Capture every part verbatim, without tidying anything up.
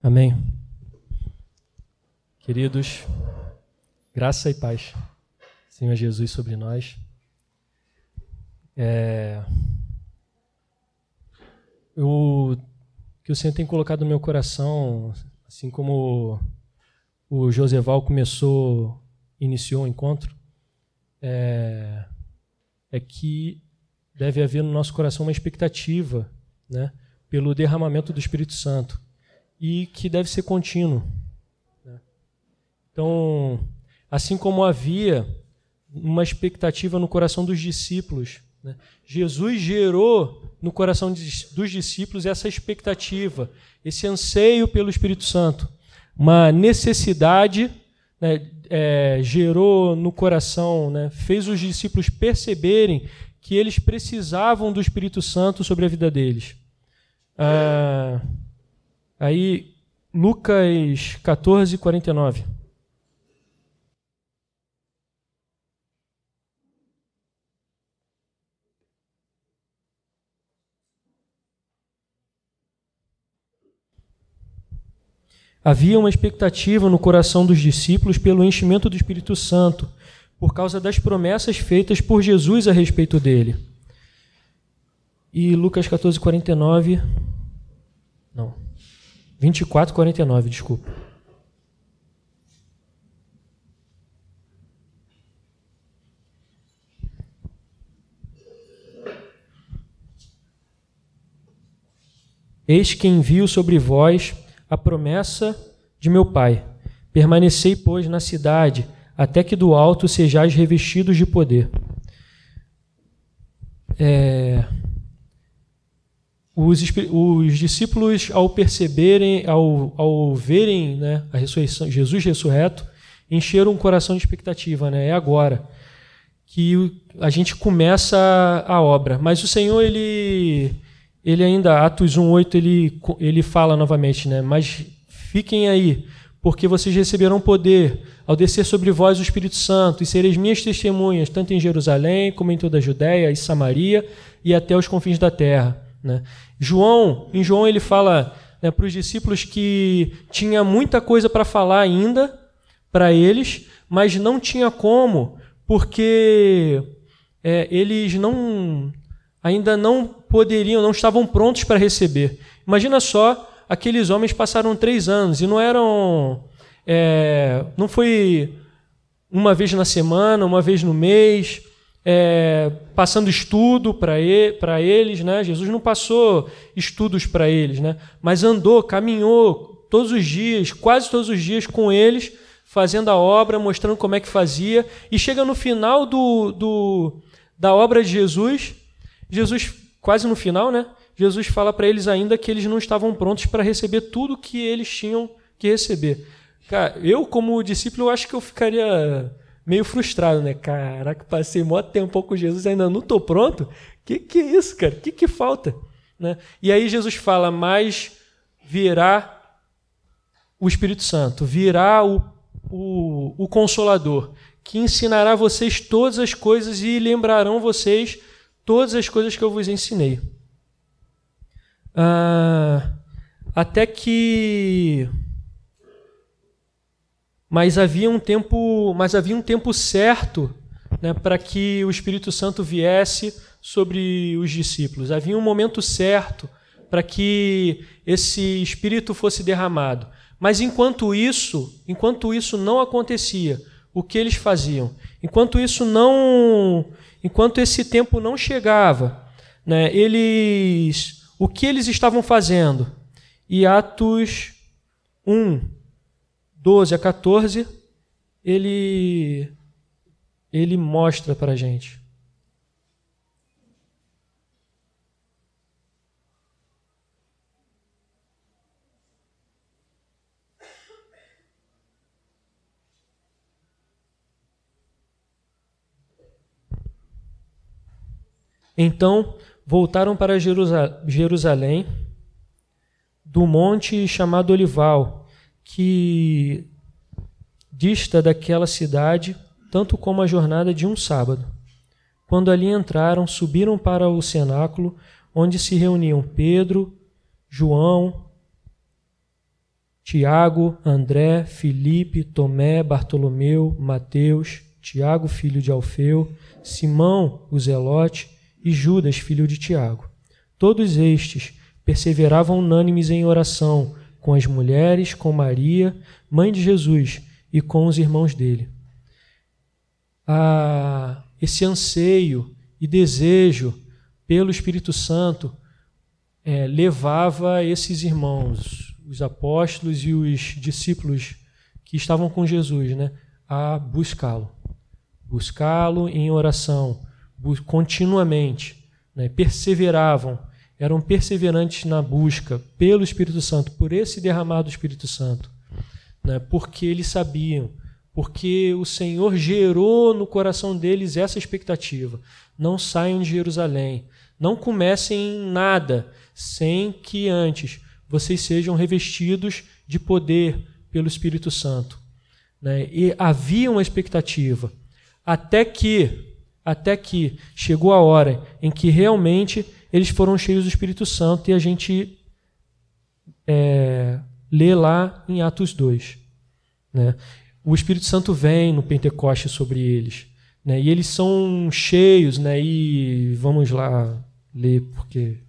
Amém. Queridos, graça e paz, Senhor Jesus, sobre nós. É... O que o Senhor tem colocado no meu coração, assim como o Joseval começou, iniciou o encontro, é, é que deve haver no nosso coração uma expectativa, né, pelo derramamento do Espírito Santo, e que deve ser contínuo. Então, assim como havia uma expectativa no coração dos discípulos, né, Jesus gerou no coração dos discípulos essa expectativa, esse anseio pelo Espírito Santo, uma necessidade, né, é, gerou no coração, né, fez os discípulos perceberem que eles precisavam do Espírito Santo sobre a vida deles. Ah, aí, Lucas catorze, quarenta e nove. Havia uma expectativa no coração dos discípulos pelo enchimento do Espírito Santo, por causa das promessas feitas por Jesus a respeito dele. E Lucas catorze, quarenta e nove... Não. vinte e quatro, quarenta e nove, desculpa. Eis que envio sobre vós a promessa de meu Pai. Permanecei, pois, na cidade, até que do alto sejais revestidos de poder. É... Os, os discípulos, ao perceberem, ao, ao verem, né, a ressurreição, Jesus ressurreto, encheram o coração de expectativa, né? É agora que a gente começa a, a obra. Mas o Senhor, ele... Ele ainda, Atos um, oito, ele, ele fala novamente, né? Mas fiquem aí, porque vocês receberão poder ao descer sobre vós o Espírito Santo, e sereis minhas testemunhas, tanto em Jerusalém, como em toda a Judéia e Samaria, e até os confins da terra. Né? João, em João ele fala, né, para os discípulos que tinha muita coisa para falar ainda para eles, mas não tinha como, porque é, eles não... ainda não poderiam, não estavam prontos para receber. Imagina só, aqueles homens passaram três anos e não eram, é, não foi uma vez na semana, uma vez no mês, é, passando estudo para eles, né? Jesus não passou estudos para eles, né? Mas andou, caminhou todos os dias, quase todos os dias com eles, fazendo a obra, mostrando como é que fazia, e chega no final do, do, da obra de Jesus, Jesus, quase no final, né? Jesus fala para eles ainda que eles não estavam prontos para receber tudo que eles tinham que receber. Cara, eu, como discípulo, eu acho que eu ficaria meio frustrado, né? Caraca, passei mó tempo com Jesus e ainda não estou pronto? Que que é isso, cara? Que que falta? Né? E aí Jesus fala, mas virá o Espírito Santo, virá o, o, o Consolador, que ensinará vocês todas as coisas e lembrarão vocês todas as coisas que eu vos ensinei. Ah, até que... Mas havia um tempo, mas havia um tempo certo, né, para que o Espírito Santo viesse sobre os discípulos. Havia um momento certo para que esse Espírito fosse derramado. Mas enquanto isso, enquanto isso não acontecia, o que eles faziam? Enquanto isso não... Enquanto esse tempo não chegava, né, eles, o que eles estavam fazendo? E Atos um, doze a quatorze, ele, ele mostra para a gente. Então, voltaram para Jerusalém, do monte chamado Olival, que dista daquela cidade, tanto como a jornada de um sábado. Quando ali entraram, subiram para o cenáculo, onde se reuniam Pedro, João, Tiago, André, Filipe, Tomé, Bartolomeu, Mateus, Tiago, filho de Alfeu, Simão, o Zelote, e Judas, filho de Tiago. Todos estes perseveravam unânimes em oração, com as mulheres, com Maria, mãe de Jesus, e com os irmãos dele. Ah, esse anseio e desejo pelo Espírito Santo é, levava esses irmãos, os apóstolos e os discípulos que estavam com Jesus, né, a buscá-lo. Buscá-lo em oração, continuamente, né, perseveravam, eram perseverantes na busca pelo Espírito Santo, por esse derramar do Espírito Santo, né, porque eles sabiam, porque o Senhor gerou no coração deles essa expectativa. Não saiam de Jerusalém, não comecem em nada sem que antes vocês sejam revestidos de poder pelo Espírito Santo, né? E havia uma expectativa, até que, até que chegou a hora em que realmente eles foram cheios do Espírito Santo, e a gente é, lê lá em Atos dois. Né? O Espírito Santo vem no Pentecoste sobre eles, né? E eles são cheios, né? E vamos lá ler, porque...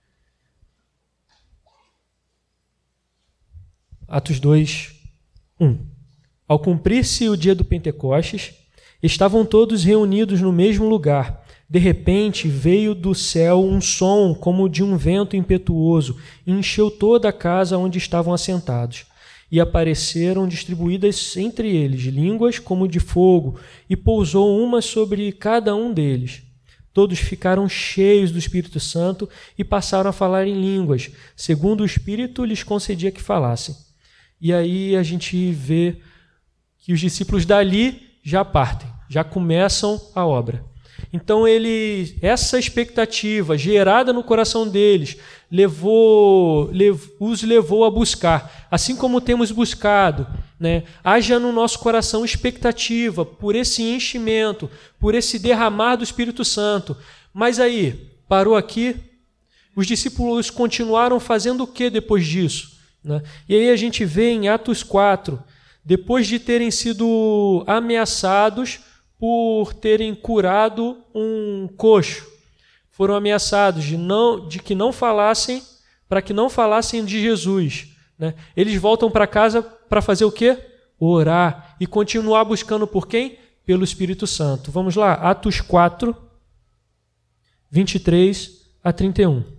Atos dois, um. Ao cumprir-se o dia do Pentecostes, estavam todos reunidos no mesmo lugar. De repente veio do céu um som como de um vento impetuoso e encheu toda a casa onde estavam assentados. E apareceram distribuídas entre eles línguas como de fogo, e pousou uma sobre cada um deles. Todos ficaram cheios do Espírito Santo e passaram a falar em línguas, segundo o Espírito lhes concedia que falassem. E aí a gente vê que os discípulos dali já partem, já começam a obra. Então ele, essa expectativa gerada no coração deles levou, lev, os levou a buscar, assim como temos buscado, né? Haja no nosso coração expectativa por esse enchimento, por esse derramar do Espírito Santo. Mas aí, parou aqui? Os discípulos continuaram fazendo o que depois disso? Né? E aí a gente vê em Atos quatro, depois de terem sido ameaçados por terem curado um coxo, foram ameaçados de, não, de que não falassem, para que não falassem de Jesus. Né? Eles voltam para casa para fazer o quê? Orar e continuar buscando por quem? Pelo Espírito Santo. Vamos lá, Atos quatro, vinte e três a trinta e um.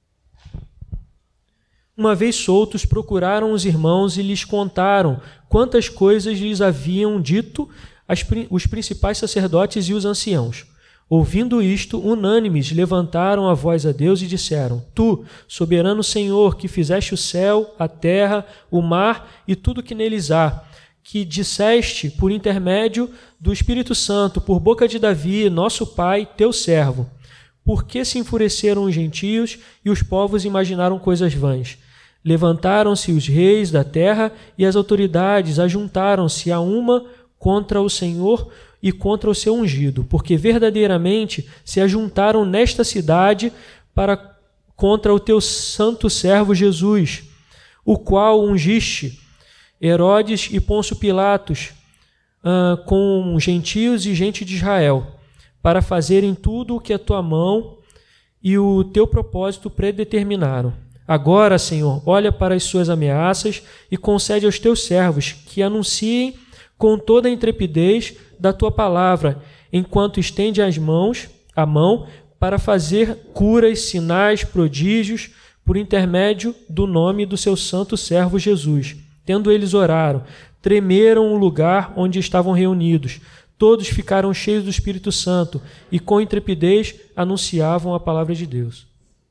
Uma vez soltos, procuraram os irmãos e lhes contaram quantas coisas lhes haviam dito as, os principais sacerdotes e os anciãos. Ouvindo isto, unânimes levantaram a voz a Deus e disseram: Tu, soberano Senhor, que fizeste o céu, a terra, o mar e tudo que neles há, que disseste por intermédio do Espírito Santo, por boca de Davi, nosso pai, teu servo. Por que se enfureceram os gentios e os povos imaginaram coisas vãs? Levantaram-se os reis da terra e as autoridades ajuntaram-se a uma contra o Senhor e contra o seu ungido, porque verdadeiramente se ajuntaram nesta cidade para contra o teu santo servo Jesus, o qual ungiste Herodes e Pôncio Pilatos uh, com gentios e gente de Israel, para fazerem tudo o que a tua mão e o teu propósito predeterminaram. Agora, Senhor, olha para as suas ameaças e concede aos teus servos que anunciem com toda a intrepidez da tua palavra, enquanto estende as mãos, a mão, para fazer curas, sinais, prodígios, por intermédio do nome do seu santo servo Jesus. Tendo eles orado, tremeram o lugar onde estavam reunidos. Todos ficaram cheios do Espírito Santo e com intrepidez anunciavam a palavra de Deus.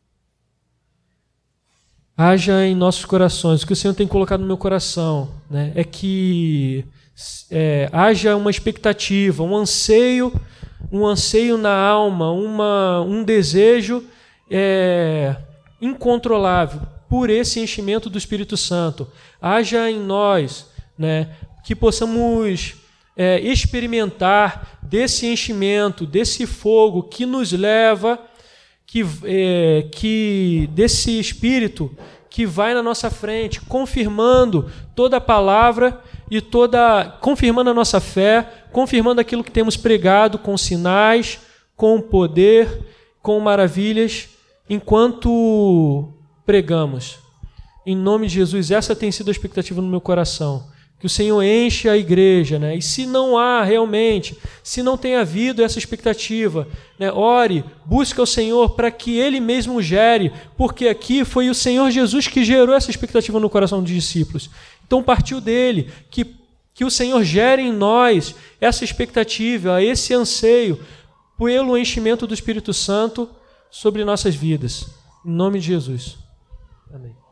Haja em nossos corações, o que o Senhor tem colocado no meu coração, né, é que é, haja uma expectativa, um anseio, um anseio na alma, uma, um desejo é, incontrolável por esse enchimento do Espírito Santo. Haja em nós, né, que possamos é, experimentar desse enchimento, desse fogo que nos leva, que, é, que desse Espírito que vai na nossa frente, confirmando toda a palavra e toda, confirmando a nossa fé, confirmando aquilo que temos pregado com sinais, com poder, com maravilhas, enquanto pregamos. Em nome de Jesus, essa tem sido a expectativa no meu coração. Que o Senhor enche a igreja, né? E se não há realmente, se não tem havido essa expectativa, né? Ore, busque ao Senhor para que Ele mesmo gere, porque aqui foi o Senhor Jesus que gerou essa expectativa no coração dos discípulos. Então partiu dele, que, que o Senhor gere em nós essa expectativa, esse anseio pelo enchimento do Espírito Santo sobre nossas vidas. Em nome de Jesus. Amém.